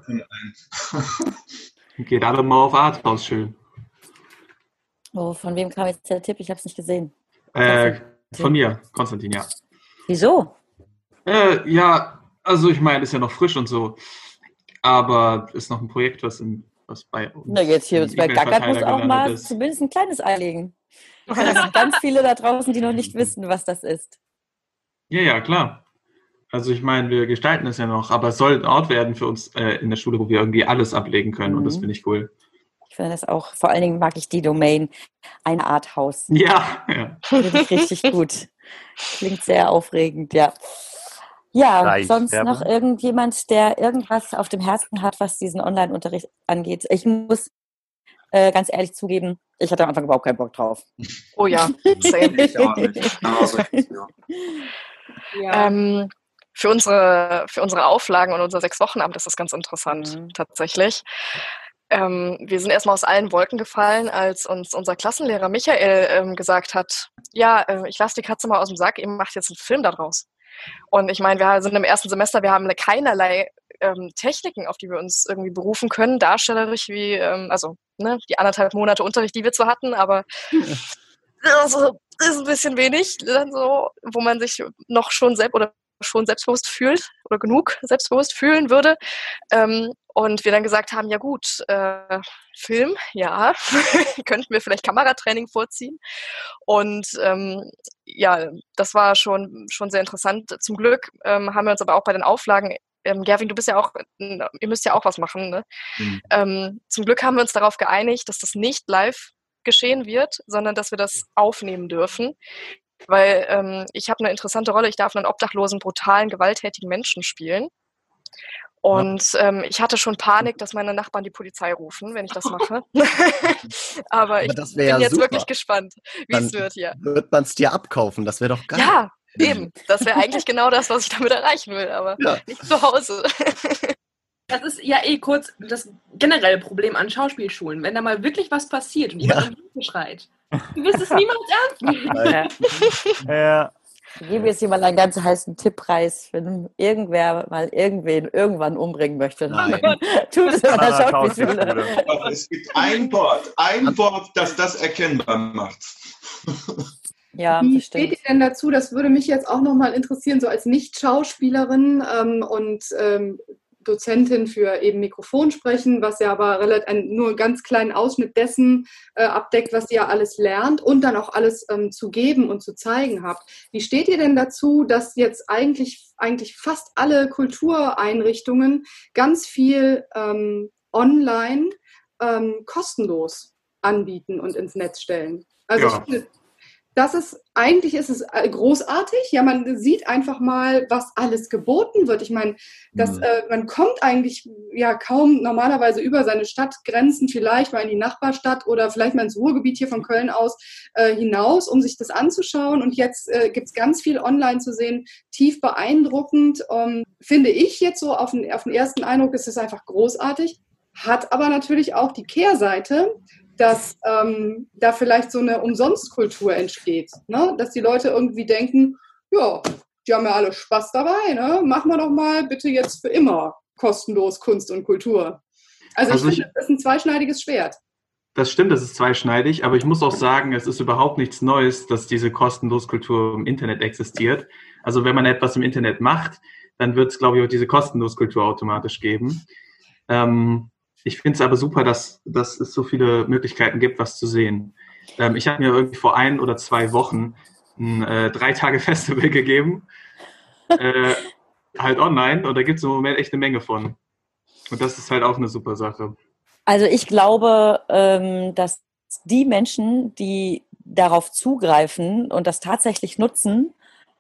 Geht alle mal auf Arthouse, schön. Oh, von wem kam jetzt der Tipp? Ich habe es nicht gesehen. Äh, von mir, Konstantin, ja. Wieso? Äh, ja, also ich meine, ist ja noch frisch und so. Aber ist noch ein Projekt, was, in, was bei uns. Na, jetzt hier bei Gackert muss auch mal ist. zumindest ein kleines Ei legen. Es sind ganz viele da draußen, die noch nicht wissen, was das ist. Ja, ja, klar. Also ich meine, wir gestalten es ja noch, aber es soll ein Ort werden für uns äh, in der Schule, wo wir irgendwie alles ablegen können Mhm. und das finde ich cool. Ich finde das auch, vor allen Dingen mag ich die Domain, ein Arthouse. Ja, ja. Finde ich richtig gut. Klingt sehr aufregend, ja. Ja, Gleich sonst Werbung. noch irgendjemand, der irgendwas auf dem Herzen hat, was diesen Online-Unterricht angeht. Ich muss äh, ganz ehrlich zugeben, ich hatte am Anfang überhaupt keinen Bock drauf. Oh ja, same. Ich auch nicht. Genauso. Ja. Ja. Ähm, für unsere, für unsere Auflagen und unser Sechs-Wochen-Amt ist das ganz interessant, Mhm. tatsächlich. Ähm, wir sind erstmal aus allen Wolken gefallen, als uns unser Klassenlehrer Michael ähm, gesagt hat, ja, äh, ich lasse die Katze mal aus dem Sack, ihr macht jetzt einen Film daraus. Und ich meine, wir sind im ersten Semester, wir haben keinerlei ähm, Techniken, auf die wir uns irgendwie berufen können, darstellerisch wie, ähm, also ne, die anderthalb Monate Unterricht, die wir zwar hatten, aber also, ist ein bisschen wenig, dann so, wo man sich noch schon selbst oder schon selbstbewusst fühlt oder genug selbstbewusst fühlen würde. Ähm, und wir dann gesagt haben, ja gut, äh, Film, ja, könnten wir vielleicht Kameratraining vorziehen. Und ähm, ja, das war schon, schon sehr interessant. Zum Glück ähm, haben wir uns aber auch bei den Auflagen, ähm, Gerwin, du bist ja auch, ihr müsst ja auch was machen, ne? Mhm. Ähm, zum Glück haben wir uns darauf geeinigt, dass das nicht live geschehen wird, sondern dass wir das aufnehmen dürfen. Weil ähm, ich habe eine interessante Rolle, ich darf einen obdachlosen, brutalen, gewalttätigen Menschen spielen. Und ähm, ich hatte schon Panik, dass meine Nachbarn die Polizei rufen, wenn ich das mache. Aber ich Aber das wär bin ja jetzt super. wirklich gespannt, wie Dann es wird hier. wird man es dir abkaufen, das wäre doch geil. Ja, eben. Das wäre eigentlich genau das, was ich damit erreichen will, aber Ja. nicht zu Hause. Das ist ja eh kurz das generelle Problem an Schauspielschulen. Wenn da mal wirklich was passiert und jemand Ja. um Hilfe schreit, du wirst es niemals ernst nehmen. Nein. Ja. Ich gebe jetzt hier mal einen ganz heißen Tipppreis, wenn irgendwer mal irgendwen irgendwann umbringen möchte. Nein. Tut es an der Schauspielschule. Schauspielschule. Aber es gibt ein Wort, ein Wort, das das erkennbar macht. Ja, Wie das steht stimmt. ihr denn dazu? Das würde mich jetzt auch nochmal interessieren, so als Nicht-Schauspielerin ähm, und ähm, Dozentin für eben Mikrofonsprechen, was ja aber relativ ein, nur einen ganz kleinen Ausschnitt dessen äh, abdeckt, was ihr alles lernt und dann auch alles ähm, zu geben und zu zeigen habt. Wie steht ihr denn dazu, dass jetzt eigentlich, eigentlich fast alle Kultureinrichtungen ganz viel ähm, online ähm, kostenlos anbieten und ins Netz stellen? Also Ja. ich finde, das ist, eigentlich ist es äh, großartig. Ja, man sieht einfach mal, was alles geboten wird. Ich meine, das, Mhm. äh, man kommt eigentlich ja kaum normalerweise über seine Stadtgrenzen, vielleicht mal in die Nachbarstadt oder vielleicht mal ins Ruhrgebiet hier von Köln aus äh, hinaus, um sich das anzuschauen. Und jetzt äh, gibt es ganz viel online zu sehen, tief beeindruckend. Ähm, finde ich jetzt so auf den, auf den ersten Eindruck ist es einfach großartig. Hat aber natürlich auch die Kehrseite, dass ähm, da vielleicht so eine Umsonstkultur entsteht, ne? Dass die Leute irgendwie denken, ja, die haben ja alle Spaß dabei, ne? Machen wir doch mal bitte jetzt für immer kostenlos Kunst und Kultur. Also, Also ich ich- finde, das ist ein zweischneidiges Schwert. Das stimmt, das ist zweischneidig, aber ich muss auch sagen, es ist überhaupt nichts Neues, dass diese Kostenloskultur im Internet existiert. Also wenn man etwas im Internet macht, dann wird es, glaube ich, auch diese Kostenloskultur automatisch geben. Ähm, ich finde es aber super, dass, dass es so viele Möglichkeiten gibt, was zu sehen. Ähm, ich habe mir irgendwie vor ein oder zwei Wochen ein äh, drei Tage Festival gegeben, äh, halt online, und da gibt es im Moment echt eine Menge von. Und das ist halt auch eine super Sache. Also ich glaube, ähm, dass die Menschen, die darauf zugreifen und das tatsächlich nutzen,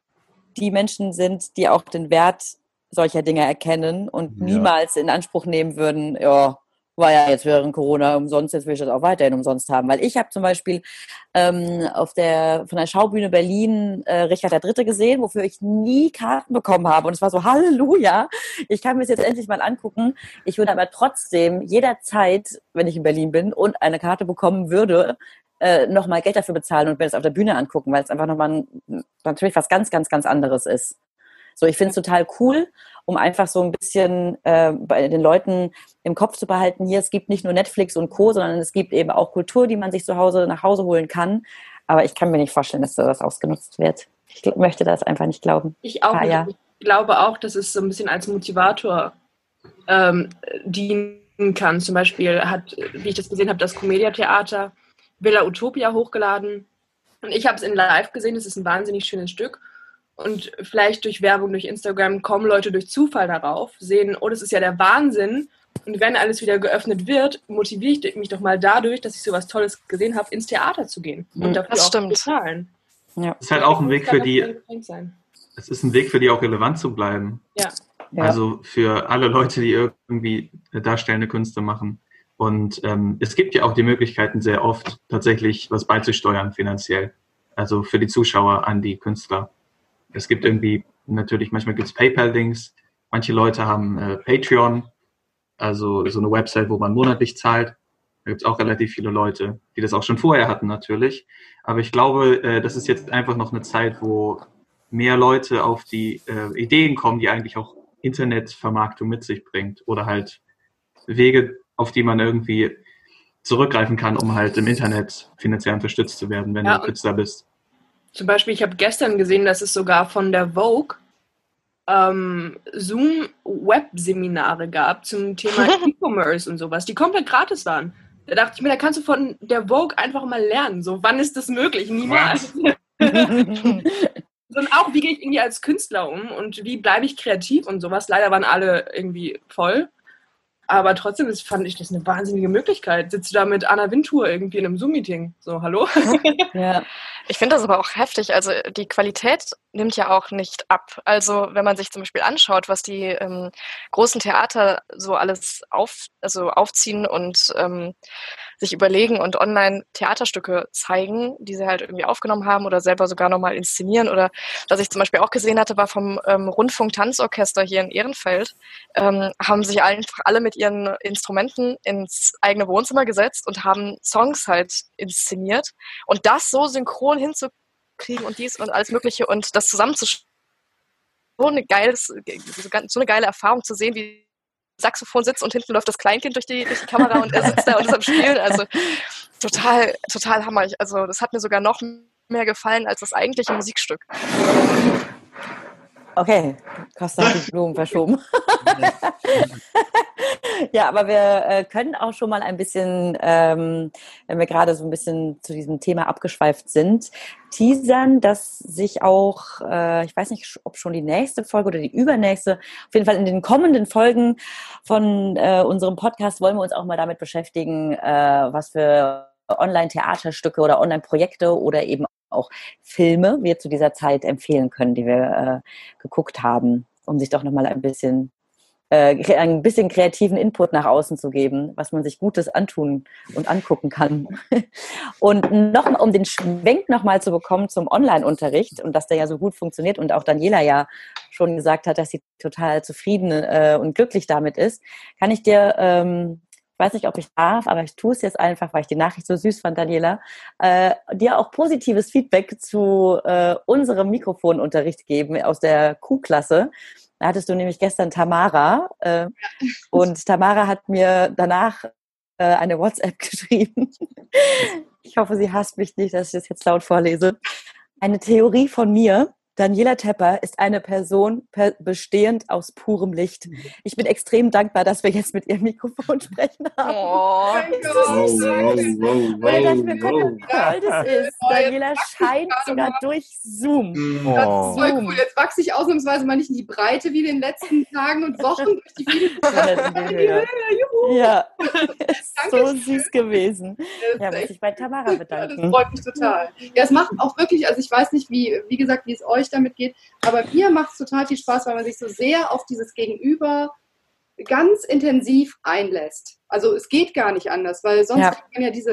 die Menschen sind, die auch den Wert solcher Dinge erkennen und Ja. niemals in Anspruch nehmen würden, ja, war ja jetzt während Corona umsonst, jetzt will ich das auch weiterhin umsonst haben. Weil ich habe zum Beispiel ähm, auf der, von der Schaubühne Berlin äh, Richard der Dritte gesehen, wofür ich nie Karten bekommen habe. Und es war so, Halleluja, ich kann mir das jetzt endlich mal angucken. Ich würde aber trotzdem jederzeit, wenn ich in Berlin bin und eine Karte bekommen würde, äh, nochmal Geld dafür bezahlen und mir das auf der Bühne angucken, weil es einfach nochmal natürlich was ganz, ganz, ganz anderes ist. So, ich finde es total cool, um einfach so ein bisschen äh, bei den Leuten im Kopf zu behalten, hier, es gibt nicht nur Netflix und Co., sondern es gibt eben auch Kultur, die man sich zu Hause nach Hause holen kann. Aber ich kann mir nicht vorstellen, dass das ausgenutzt wird. Ich gl- möchte das einfach nicht glauben. Ich auch Ah, nicht. ja. Ich glaube auch, dass es so ein bisschen als Motivator ähm, dienen kann. Zum Beispiel hat, wie ich das gesehen habe, das Comedia-Theater Villa Utopia hochgeladen. Und ich habe es in live gesehen. Es ist ein wahnsinnig schönes Stück. Und vielleicht durch Werbung, durch Instagram kommen Leute durch Zufall darauf, sehen, oh, das ist ja der Wahnsinn. Und wenn alles wieder geöffnet wird, motiviere ich mich doch mal dadurch, dass ich sowas Tolles gesehen habe, ins Theater zu gehen. Und dafür Das auch zu stimmt. bezahlen. Ja. Das ist halt auch ein Weg für die, Kann sein. es ist ein Weg für die auch relevant zu bleiben. Ja. Ja. Also für alle Leute, die irgendwie darstellende Künste machen. Und ähm, es gibt ja auch die Möglichkeiten sehr oft tatsächlich was beizusteuern finanziell. Also für die Zuschauer an die Künstler. Es gibt irgendwie, natürlich manchmal gibt es PayPal-Links. Manche Leute haben äh, Patreon, also so eine Website, wo man monatlich zahlt. Da gibt es auch relativ viele Leute, die das auch schon vorher hatten natürlich. Aber ich glaube, äh, das ist jetzt einfach noch eine Zeit, wo mehr Leute auf die äh, Ideen kommen, die eigentlich auch Internetvermarktung mit sich bringt. Oder halt Wege, auf die man irgendwie zurückgreifen kann, um halt im Internet finanziell unterstützt zu werden, wenn Ja, du Künstler bist. Zum Beispiel, ich habe gestern gesehen, dass es sogar von der Vogue ähm, Zoom-Web-Seminare gab zum Thema E-Commerce und sowas, die komplett gratis waren. Da dachte ich mir, da kannst du von der Vogue einfach mal lernen. So, wann ist das möglich? Niemals. Und auch, wie gehe ich irgendwie als Künstler um und wie bleibe ich kreativ und sowas. Leider waren alle irgendwie voll. Aber trotzdem das fand ich das eine wahnsinnige Möglichkeit. Sitzt du da mit Anna Wintour irgendwie in einem Zoom-Meeting? So, hallo? Ja. Ich finde das aber auch heftig. Also die Qualität nimmt ja auch nicht ab. Also wenn man sich zum Beispiel anschaut, was die ähm, großen Theater so alles auf, also aufziehen und ähm, sich überlegen und online Theaterstücke zeigen, die sie halt irgendwie aufgenommen haben oder selber sogar nochmal inszenieren. Oder was ich zum Beispiel auch gesehen hatte, war vom ähm, Rundfunk-Tanzorchester hier in Ehrenfeld, ähm, haben sich einfach alle mit ihren Instrumenten ins eigene Wohnzimmer gesetzt und haben Songs halt inszeniert. Und das so synchron hinzukriegen und dies und alles Mögliche und das zusammenzustellen, so eine geiles, so eine geile Erfahrung zu sehen, wie Saxophon sitzt und hinten läuft das Kleinkind durch die, durch die Kamera und er sitzt da und ist am Spielen. Also total, total hammer. Also das hat mir sogar noch mehr gefallen als das eigentliche Musikstück. Okay, Costa hat die Blumen verschoben. Ja, aber wir äh, können auch schon mal ein bisschen, ähm, wenn wir gerade so ein bisschen zu diesem Thema abgeschweift sind, teasern, dass sich auch, äh, ich weiß nicht, ob schon die nächste Folge oder die übernächste, auf jeden Fall in den kommenden Folgen von äh, unserem Podcast wollen wir uns auch mal damit beschäftigen, äh, was für Online-Theaterstücke oder Online-Projekte oder eben auch Filme wir zu dieser Zeit empfehlen können, die wir äh, geguckt haben, um sich doch nochmal ein bisschen äh, ein bisschen kreativen Input nach außen zu geben, was man sich Gutes antun und angucken kann. Und noch, um den Schwenk nochmal zu bekommen zum Online-Unterricht und dass der ja so gut funktioniert und auch Daniela ja schon gesagt hat, dass sie total zufrieden äh, und glücklich damit ist, kann ich dir ähm, ich weiß nicht, ob ich darf, aber ich tue es jetzt einfach, weil ich die Nachricht so süß fand, Daniela, äh, dir auch positives Feedback zu äh, unserem Mikrofonunterricht geben aus der Q-Klasse. Da hattest du nämlich gestern Tamara äh, und Tamara hat mir danach äh, eine WhatsApp geschrieben. Ich hoffe, sie hasst mich nicht, dass ich das jetzt laut vorlese. Eine Theorie von mir. Daniela Tepper ist eine Person per- bestehend aus purem Licht. Ich bin extrem dankbar, dass wir jetzt mit ihrem Mikrofon sprechen haben. Oh, Ist das nicht süß? Weil das mir guck, wie toll das ist. Oh, jetzt Daniela wachse ich scheint gerade sogar mal. durch Zoom. Das ist Oh. voll cool. Jetzt wachse ich ausnahmsweise mal nicht in die Breite wie in den letzten Tagen und Wochen durch die vielen Sondern in die Höhe. Juhu. Ja, ist so Dankeschön. süß gewesen. Das Ja, ist muss echt- ich bei Tamara Ja, bedanken. das freut mich total. Ja, es macht auch wirklich, also ich weiß nicht, wie, wie gesagt, wie es euch damit geht, aber mir macht es total viel Spaß, weil man sich so sehr auf dieses Gegenüber ganz intensiv einlässt. Also es geht gar nicht anders, weil sonst Ja. kriegt man ja diese,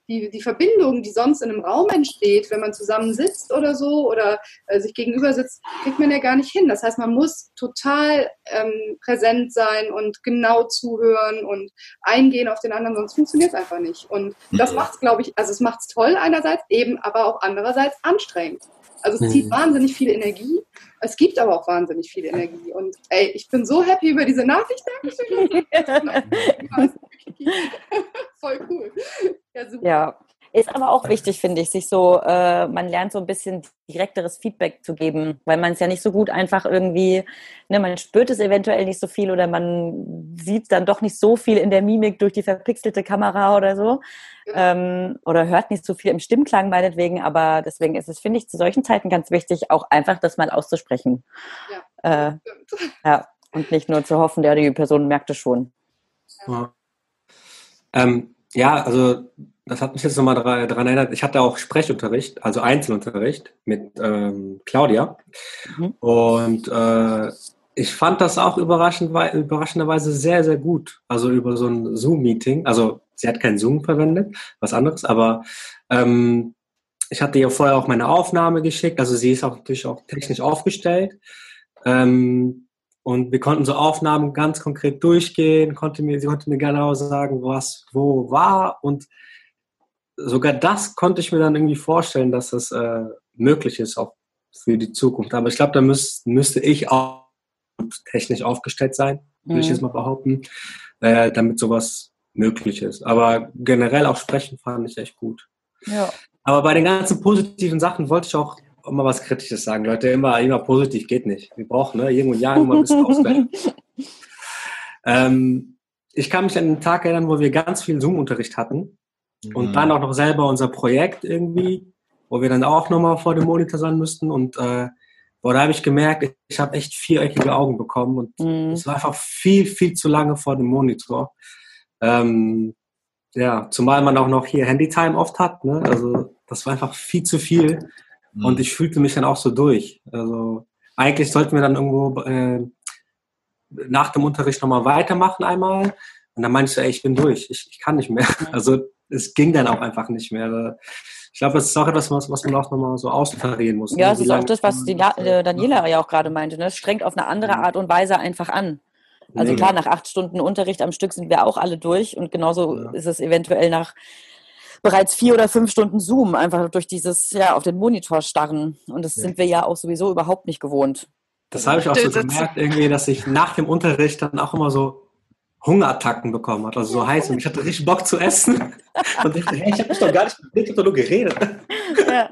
die, die Verbindung, die sonst in einem Raum entsteht, wenn man zusammen sitzt oder so oder äh, sich gegenüber sitzt, kriegt man ja gar nicht hin. Das heißt, man muss total ähm, präsent sein und genau zuhören und eingehen auf den anderen, sonst funktioniert es einfach nicht. Und das macht es, glaube ich, also es macht es toll einerseits, eben aber auch andererseits anstrengend. Also es zieht wahnsinnig viel Energie, es gibt aber auch wahnsinnig viel Energie. Und ey, ich bin so happy über diese Nachricht. Dankeschön. Voll cool. Ja, super. Ja, ist aber auch wichtig, finde ich, sich so, äh, man lernt so ein bisschen direkteres Feedback zu geben, weil man es ja nicht so gut einfach irgendwie, ne, man spürt es eventuell nicht so viel oder man sieht dann doch nicht so viel in der Mimik durch die verpixelte Kamera oder so. Ja. Ähm, oder hört nicht so viel im Stimmklang meinetwegen, aber deswegen ist es, finde ich, zu solchen Zeiten ganz wichtig, auch einfach das mal auszusprechen. Ja, äh, ja. Und nicht nur zu hoffen, der die Person merkt es schon. Ja. Ähm, ja, also das hat mich jetzt nochmal daran erinnert, ich hatte auch Sprechunterricht, also Einzelunterricht mit ähm, Claudia mhm. und äh, ich fand das auch überraschend, überraschenderweise sehr, sehr gut, also über so ein Zoom-Meeting, also sie hat kein Zoom verwendet, was anderes, aber ähm, ich hatte ihr vorher auch meine Aufnahme geschickt, also sie ist auch natürlich auch technisch aufgestellt, ähm, und wir konnten so Aufnahmen ganz konkret durchgehen, konnte mir, sie konnte mir genau sagen, was wo war und sogar das konnte ich mir dann irgendwie vorstellen, dass das äh, möglich ist auch für die Zukunft. Aber ich glaube, da müß, müsste ich auch technisch aufgestellt sein, würde ich jetzt mal behaupten, äh, damit sowas möglich ist. Aber generell auch sprechen fand ich echt gut. Ja. Aber bei den ganzen positiven Sachen wollte ich auch mal was Kritisches sagen. Leute, immer, immer positiv geht nicht. Wir brauchen ne, irgendwo Jahr immer ein bisschen Ausgleich. ähm, ich kann mich an den Tag erinnern, wo wir ganz viel Zoom-Unterricht hatten mhm. und dann auch noch selber unser Projekt irgendwie, wo wir dann auch nochmal vor dem Monitor sein müssten und äh, boah, da habe ich gemerkt, ich habe echt viereckige Augen bekommen und mhm. es war einfach viel, viel zu lange vor dem Monitor. Ähm, ja, zumal man auch noch hier Handytime oft hat, ne? Also das war einfach viel zu viel. Und ich fühlte mich dann auch so durch. Also eigentlich sollten wir dann irgendwo äh, nach dem Unterricht nochmal weitermachen einmal. Und dann meinte ich so, ey, ich bin durch. Ich, ich kann nicht mehr. Also es ging dann auch einfach nicht mehr. Ich glaube, das ist auch etwas, was, was man auch nochmal so austarieren muss. Ja, das ist auch das, was die Daniela ja auch gerade meinte. Ne? Es strengt auf eine andere Art und Weise einfach an. Also ja. klar, nach acht Stunden Unterricht am Stück sind wir auch alle durch. Und genauso ja. ist es eventuell nach bereits vier oder fünf Stunden Zoom, einfach durch dieses, ja, auf den Monitor starren. Und das ja. sind wir ja auch sowieso überhaupt nicht gewohnt. Das habe ich auch so gemerkt, irgendwie, dass ich nach dem Unterricht dann auch immer so Hungerattacken bekommen habe, also so heiß. Und ich hatte richtig Bock zu essen. Und ich dachte, hey, ich habe mich doch gar nicht bewegt, ich habe doch nur geredet. Ja.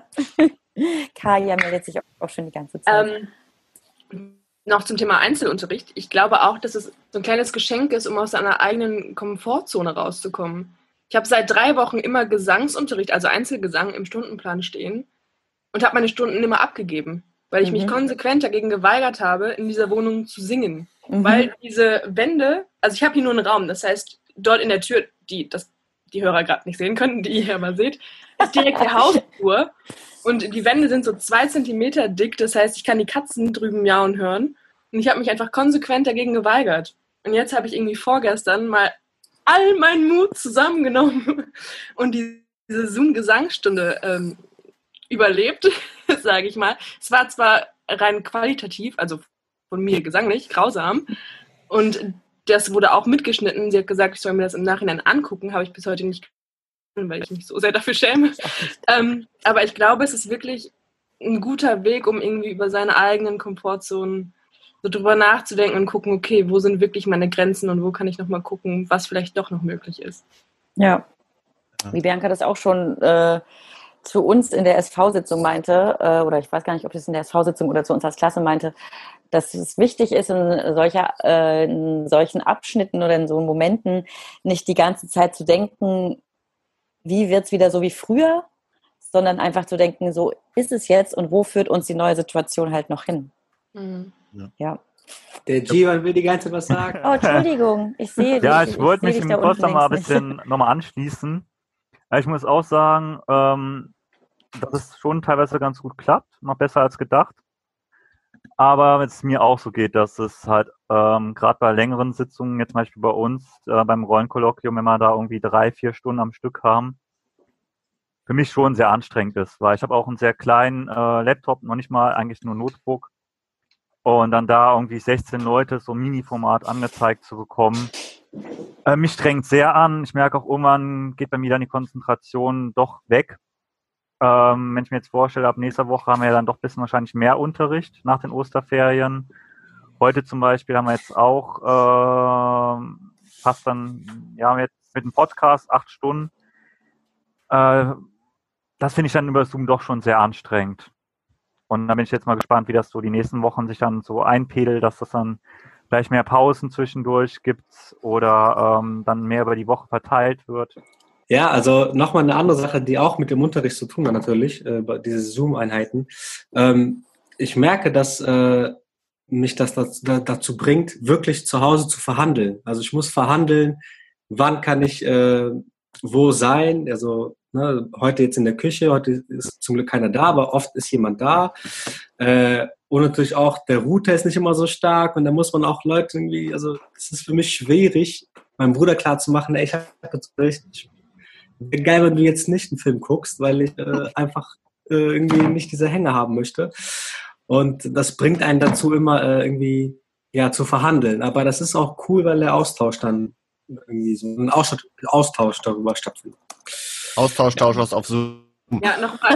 Kaja meldet sich auch schon die ganze Zeit. Ähm, noch zum Thema Einzelunterricht. Ich glaube auch, dass es so ein kleines Geschenk ist, um aus seiner eigenen Komfortzone rauszukommen. Ich habe seit drei Wochen immer Gesangsunterricht, also Einzelgesang im Stundenplan stehen und habe meine Stunden immer abgegeben, weil ich mhm. mich konsequent dagegen geweigert habe, in dieser Wohnung zu singen. Mhm. Weil diese Wände, also ich habe hier nur einen Raum, das heißt, dort in der Tür, die das die Hörer gerade nicht sehen können, die ihr ja mal seht, ist direkt der Hausflur und die Wände sind so zwei Zentimeter dick, das heißt, ich kann die Katzen drüben miauen hören und ich habe mich einfach konsequent dagegen geweigert. Und jetzt habe ich irgendwie vorgestern mal all meinen Mut zusammengenommen und die, diese Zoom-Gesangsstunde ähm, überlebt, sage ich mal. Es war zwar rein qualitativ, also von mir gesanglich, grausam. Und das wurde auch mitgeschnitten. Sie hat gesagt, ich soll mir das im Nachhinein angucken. Habe ich bis heute nicht getan, weil ich mich so sehr dafür schäme. Ähm, aber ich glaube, es ist wirklich ein guter Weg, um irgendwie über seine eigenen Komfortzonen so drüber nachzudenken und gucken, okay, wo sind wirklich meine Grenzen und wo kann ich nochmal gucken, was vielleicht doch noch möglich ist. Ja, wie Bianca das auch schon äh, zu uns in der S V-Sitzung meinte, äh, oder ich weiß gar nicht, ob das in der S V-Sitzung oder zu uns als Klasse meinte, dass es wichtig ist, in, solcher, äh, in solchen Abschnitten oder in so Momenten nicht die ganze Zeit zu denken, wie wird es wieder so wie früher, sondern einfach zu denken, so ist es jetzt und wo führt uns die neue Situation halt noch hin. Mhm. Ja. ja. Der Givan will die ganze Zeit was sagen. Oh, Entschuldigung, ich sehe dich. Ja, ich, ich wollte mich dich im Kurs noch mal ein bisschen nochmal anschließen. Ich muss auch sagen, ähm, dass es schon teilweise ganz gut klappt, noch besser als gedacht. Aber wenn es mir auch so geht, dass es halt ähm, gerade bei längeren Sitzungen, jetzt zum Beispiel bei uns, äh, beim Rollenkolloquium, wenn wir da irgendwie drei, vier Stunden am Stück haben, für mich schon sehr anstrengend ist, weil ich habe auch einen sehr kleinen äh, Laptop, noch nicht mal eigentlich nur Notebook. Und dann da irgendwie sechzehn Leute so Mini-Format angezeigt zu bekommen, äh, mich strengt sehr an. Ich merke auch, irgendwann geht bei mir dann die Konzentration doch weg. Ähm, wenn ich mir jetzt vorstelle, ab nächster Woche haben wir ja dann doch ein bisschen wahrscheinlich mehr Unterricht nach den Osterferien. Heute zum Beispiel haben wir jetzt auch äh, fast dann, ja, jetzt mit dem Podcast acht Stunden. Äh, das finde ich dann über Zoom doch schon sehr anstrengend. Und da bin ich jetzt mal gespannt, wie das so die nächsten Wochen sich dann so einpedelt, dass das dann gleich mehr Pausen zwischendurch gibt oder ähm, dann mehr über die Woche verteilt wird. Ja, also nochmal eine andere Sache, die auch mit dem Unterricht zu tun hat natürlich, äh, diese Zoom-Einheiten. Ähm, ich merke, dass äh, mich das dazu, dazu bringt, wirklich zu Hause zu verhandeln. Also ich muss verhandeln, wann kann ich äh, wo sein, also ne, heute jetzt in der Küche, heute ist zum Glück keiner da, aber oft ist jemand da. Äh, und natürlich auch, der Router ist nicht immer so stark und da muss man auch Leute irgendwie, also es ist für mich schwierig, meinem Bruder klarzumachen, ey, ich habe jetzt richtig, wäre geil, wenn du jetzt nicht einen Film guckst, weil ich äh, einfach äh, irgendwie nicht diese Hänge haben möchte. Und das bringt einen dazu, immer äh, irgendwie ja zu verhandeln. Aber das ist auch cool, weil der Austausch dann irgendwie so ein Austausch, Austausch darüber stattfindet. Austausch, Tausch auf Zoom. Ja, nochmal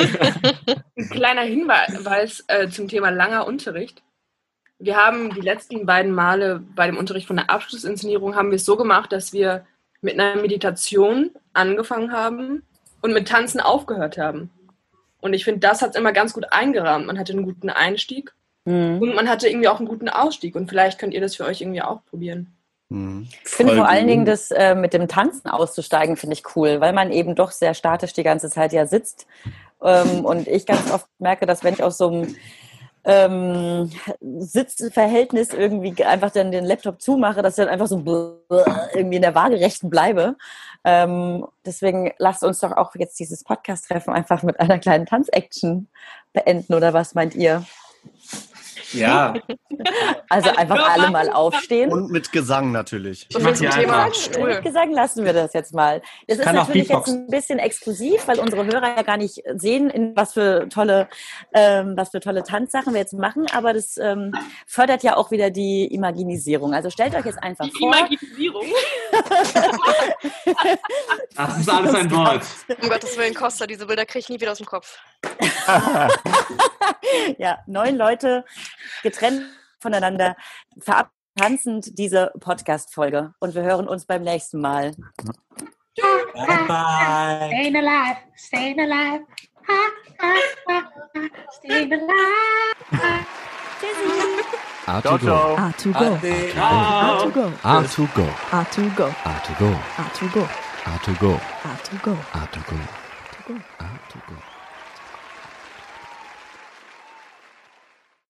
ein kleiner Hinweis äh, zum Thema langer Unterricht. Wir haben die letzten beiden Male bei dem Unterricht von der Abschlussinszenierung haben wir es so gemacht, dass wir mit einer Meditation angefangen haben und mit Tanzen aufgehört haben. Und ich finde, das hat es immer ganz gut eingerahmt. Man hatte einen guten Einstieg mhm. und man hatte irgendwie auch einen guten Ausstieg. Und vielleicht könnt ihr das für euch irgendwie auch probieren. Mhm. Ich finde vor allen Dingen das äh, mit dem Tanzen auszusteigen, finde ich cool, weil man eben doch sehr statisch die ganze Zeit ja sitzt. Ähm, und ich ganz oft merke, dass wenn ich aus so einem ähm, Sitzverhältnis irgendwie einfach dann den Laptop zumache, dass ich dann einfach so irgendwie in der Waagerechten bleibe. Ähm, deswegen lasst uns doch auch jetzt dieses Podcast-Treffen einfach mit einer kleinen Tanzaction beenden, oder was meint ihr? Ja. Also einfach alle mal aufstehen. Und mit Gesang natürlich. So viel zum Thema Stuhl. Mit Gesang lassen wir das jetzt mal. Das ist natürlich jetzt ein bisschen exklusiv, weil unsere Hörer ja gar nicht sehen, in was für tolle, ähm, was für tolle Tanzsachen wir jetzt machen. Aber das ähm, fördert ja auch wieder die Imaginisierung. Also stellt euch jetzt einfach die vor. Imaginisierung? Das ist alles ein Wort. Um Gottes Willen, Costa, diese Bilder kriege ich nie wieder aus dem Kopf. Ja, neun Leute getrennt voneinander verabschieden tanzend diese Podcast-Folge. Und wir hören uns beim nächsten Mal. Bye bye. Staying alive, staying alive. Staying alive. A to go. A to go. A to go. A to go. A to go. A to go. A to go. A to go. A to go. A to go. A to go.